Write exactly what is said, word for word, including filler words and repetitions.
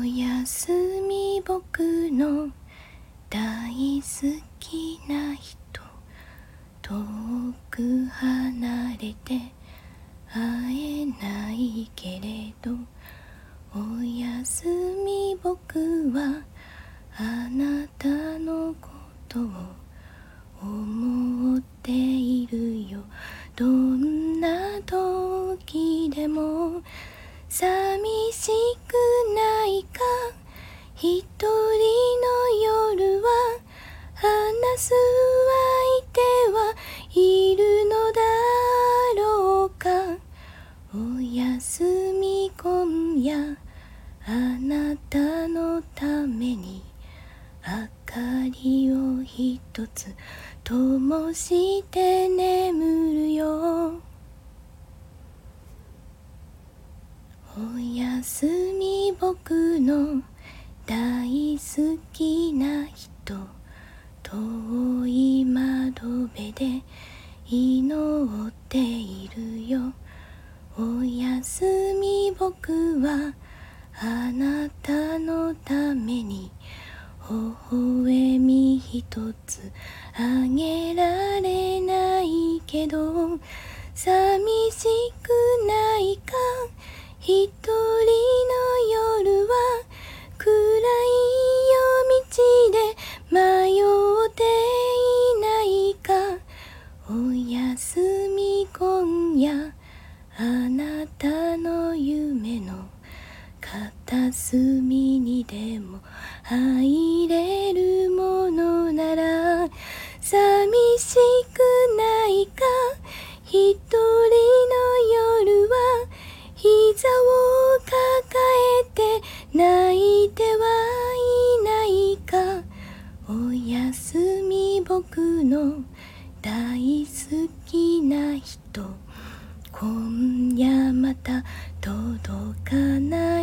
やすみ僕の大好きな人、遠く離れて会えないけれど、おやすみ僕はあなたのことを思っているよ。どんな時でも寂しくないか、一人の夜は話す相手はいるのだろうか。おやすみ今夜、あなたのために明かりを一つ灯して眠るよ。おやすみ僕の大好きな人、遠い窓辺で祈っているよ。おやすみ僕はあなたのために微笑み一つあげられないけど、寂しくないか、一人の夜は暗い夜道で迷っていないか。おやすみ今夜、あなたの夢の片隅にでも入れるものなら、寂しくないか、一人の夜は膝を抱えて泣いてはいないか。おやすみ僕の大好きな人、今夜また届かない